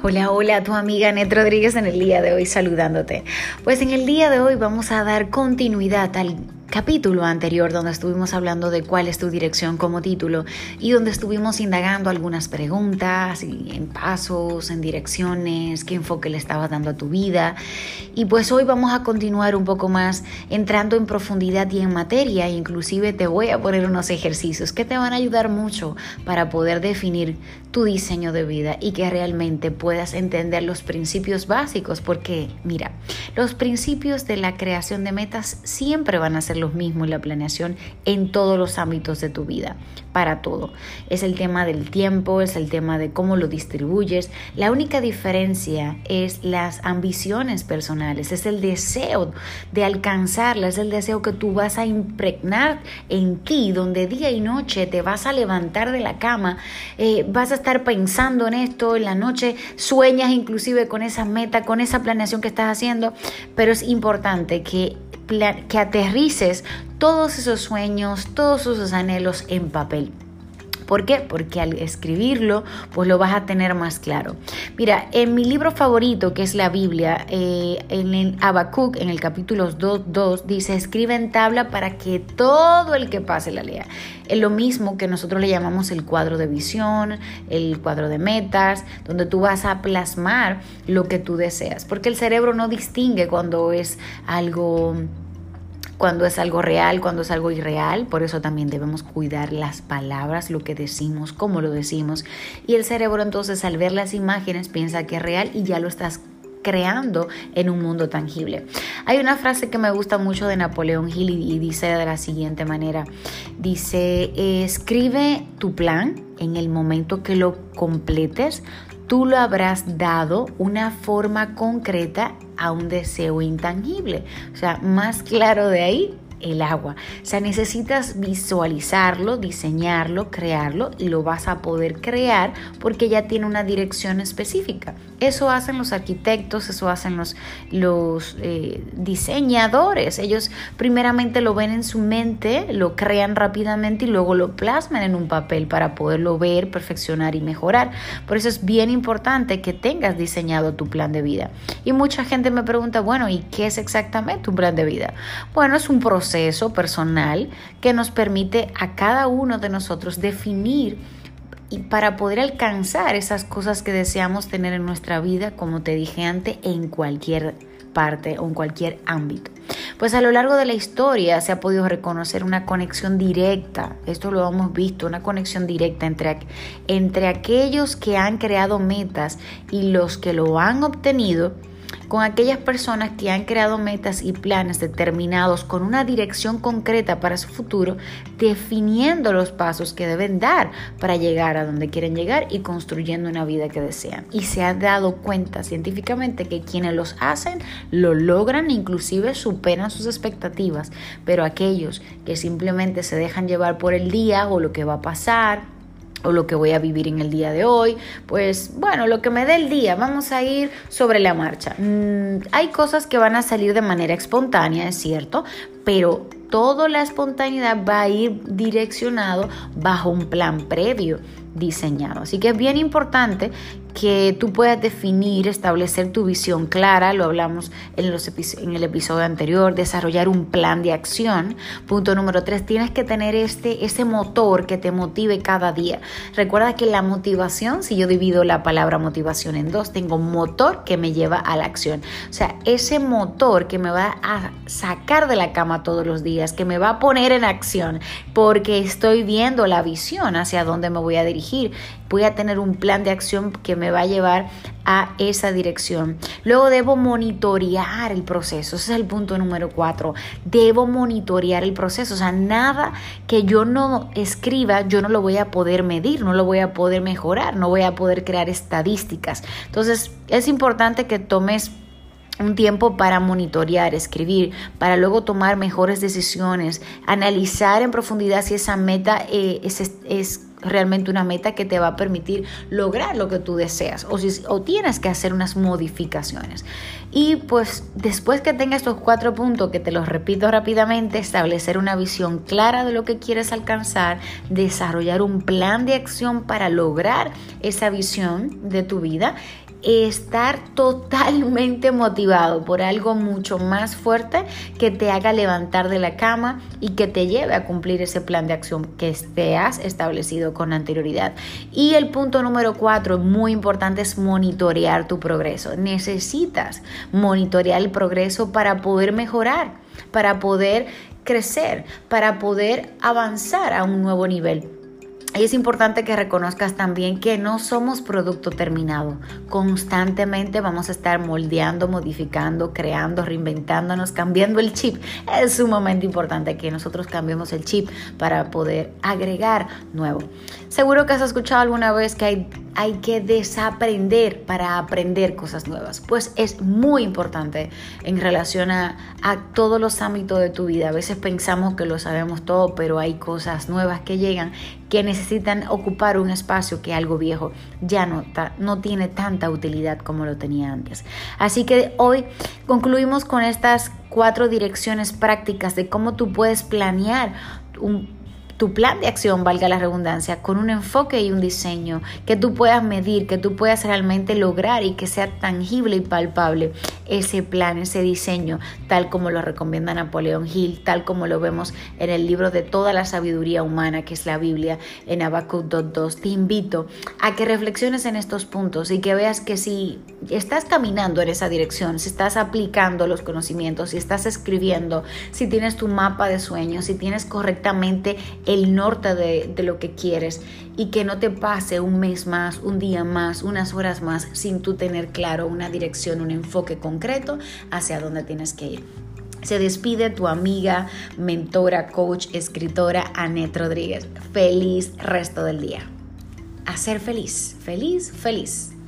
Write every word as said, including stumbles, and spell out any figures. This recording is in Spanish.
Hola, hola, tu amiga Net Rodríguez en el día de hoy saludándote. Pues en el día de hoy vamos a dar continuidad al capítulo anterior donde estuvimos hablando de cuál es tu dirección como título y donde estuvimos indagando algunas preguntas y en pasos, en direcciones, qué enfoque le estabas dando a tu vida. Y pues hoy vamos a continuar un poco más entrando en profundidad y en materia, e inclusive te voy a poner unos ejercicios que te van a ayudar mucho para poder definir tu diseño de vida y que realmente puedas entender los principios básicos, porque mira, los principios de la creación de metas siempre van a ser los mismos, la planeación en todos los ámbitos de tu vida, para todo. Es el tema del tiempo, es el tema de cómo lo distribuyes. La única diferencia es las ambiciones personales, es el deseo de alcanzarlas, es el deseo que tú vas a impregnar en ti, donde día y noche te vas a levantar de la cama, eh, vas a estar pensando en esto, en la noche sueñas inclusive con esa meta, con esa planeación que estás haciendo, pero es importante que que aterrices todos esos sueños, todos esos anhelos en papel. ¿Por qué? Porque al escribirlo, pues lo vas a tener más claro. Mira, en mi libro favorito, que es la Biblia, eh, en el Habacuc, en el capítulo dos, dos, dice, escribe en tabla para que todo el que pase la lea. Es lo mismo que nosotros le llamamos el cuadro de visión, el cuadro de metas, donde tú vas a plasmar lo que tú deseas. Porque el cerebro no distingue cuando es algo... cuando es algo real, cuando es algo irreal. Por eso también debemos cuidar las palabras, lo que decimos, cómo lo decimos. Y el cerebro entonces al ver las imágenes piensa que es real y ya lo estás creando en un mundo tangible. Hay una frase que me gusta mucho de Napoleón Hill y dice de la siguiente manera. Dice, escribe tu plan en el momento que lo completes. Tú lo habrás dado una forma concreta a un deseo intangible. O sea, más claro de ahí, el agua. O sea, necesitas visualizarlo, diseñarlo, crearlo y lo vas a poder crear porque ya tiene una dirección específica. Eso hacen los arquitectos, eso hacen los, los eh, diseñadores. Ellos primeramente lo ven en su mente, lo crean rápidamente y luego lo plasman en un papel para poderlo ver, perfeccionar y mejorar. Por eso es bien importante que tengas diseñado tu plan de vida. Y mucha gente me pregunta, bueno, ¿y qué es exactamente un plan de vida? Bueno, es un proceso personal que nos permite a cada uno de nosotros definir y para poder alcanzar esas cosas que deseamos tener en nuestra vida, como te dije antes, en cualquier parte o en cualquier ámbito. Pues a lo largo de la historia se ha podido reconocer una conexión directa, esto lo hemos visto, una conexión directa entre, entre aquellos que han creado metas y los que lo han obtenido, con aquellas personas que han creado metas y planes determinados con una dirección concreta para su futuro, definiendo los pasos que deben dar para llegar a donde quieren llegar y construyendo una vida que desean. Y se ha dado cuenta científicamente que quienes los hacen lo logran, inclusive superan sus expectativas, pero aquellos que simplemente se dejan llevar por el día o lo que va a pasar, o lo que voy a vivir en el día de hoy, pues bueno, lo que me dé el día, vamos a ir sobre la marcha. Mm, hay cosas que van a salir de manera espontánea, es cierto, pero toda la espontaneidad va a ir direccionado bajo un plan previo diseñado. Así que es bien importante que tú puedas definir, establecer tu visión clara, lo hablamos en, los episo- en el episodio anterior, desarrollar un plan de acción. Punto número tres, tienes que tener este, ese motor que te motive cada día. Recuerda que la motivación, si yo divido la palabra motivación en dos, tengo motor que me lleva a la acción. O sea, ese motor que me va a sacar de la cama todos los días, que me va a poner en acción, porque estoy viendo la visión hacia dónde me voy a dirigir. Voy a tener un plan de acción que me va a llevar a esa dirección. Luego debo monitorear el proceso. Ese es el punto número cuatro. Debo monitorear el proceso. O sea, nada que yo no escriba, yo no lo voy a poder medir, no lo voy a poder mejorar, no voy a poder crear estadísticas. Entonces, es importante que tomes un tiempo para monitorear, escribir, para luego tomar mejores decisiones, analizar en profundidad si esa meta eh, es, es realmente una meta que te va a permitir lograr lo que tú deseas o, si, o tienes que hacer unas modificaciones. Y pues después que tengas estos cuatro puntos, que te los repito rápidamente, establecer una visión clara de lo que quieres alcanzar, desarrollar un plan de acción para lograr esa visión de tu vida estar totalmente motivado por algo mucho más fuerte que te haga levantar de la cama y que te lleve a cumplir ese plan de acción que te has establecido con anterioridad. Y el punto número cuatro, muy importante, es monitorear tu progreso. Necesitas monitorear el progreso para poder mejorar, para poder crecer, para poder avanzar a un nuevo nivel. Y es importante que reconozcas también que no somos producto terminado. Constantemente vamos a estar moldeando, modificando, creando, reinventándonos, cambiando el chip. Es sumamente importante que nosotros cambiemos el chip para poder agregar nuevo. Seguro que has escuchado alguna vez que hay, hay que desaprender para aprender cosas nuevas. Pues es muy importante en relación a, a todos los ámbitos de tu vida. A veces pensamos que lo sabemos todo, pero hay cosas nuevas que llegan que necesitan ocupar un espacio que algo viejo ya no, ta, no tiene tanta utilidad como lo tenía antes. Así que hoy concluimos con estas cuatro direcciones prácticas de cómo tú puedes planear un tu plan de acción, valga la redundancia, con un enfoque y un diseño que tú puedas medir, que tú puedas realmente lograr y que sea tangible y palpable ese plan, ese diseño, tal como lo recomienda Napoleón Hill, tal como lo vemos en el libro de toda la sabiduría humana, que es la Biblia, en Habacuc dos dos. Te invito a que reflexiones en estos puntos y que veas que si estás caminando en esa dirección, si estás aplicando los conocimientos, si estás escribiendo, si tienes tu mapa de sueños, si tienes correctamente el norte de, de lo que quieres, y que no te pase un mes más, un día más, unas horas más sin tú tener claro una dirección, un enfoque concreto hacia dónde tienes que ir. Se despide tu amiga, mentora, coach, escritora Annette Rodríguez. Feliz resto del día. A ser feliz, feliz, feliz.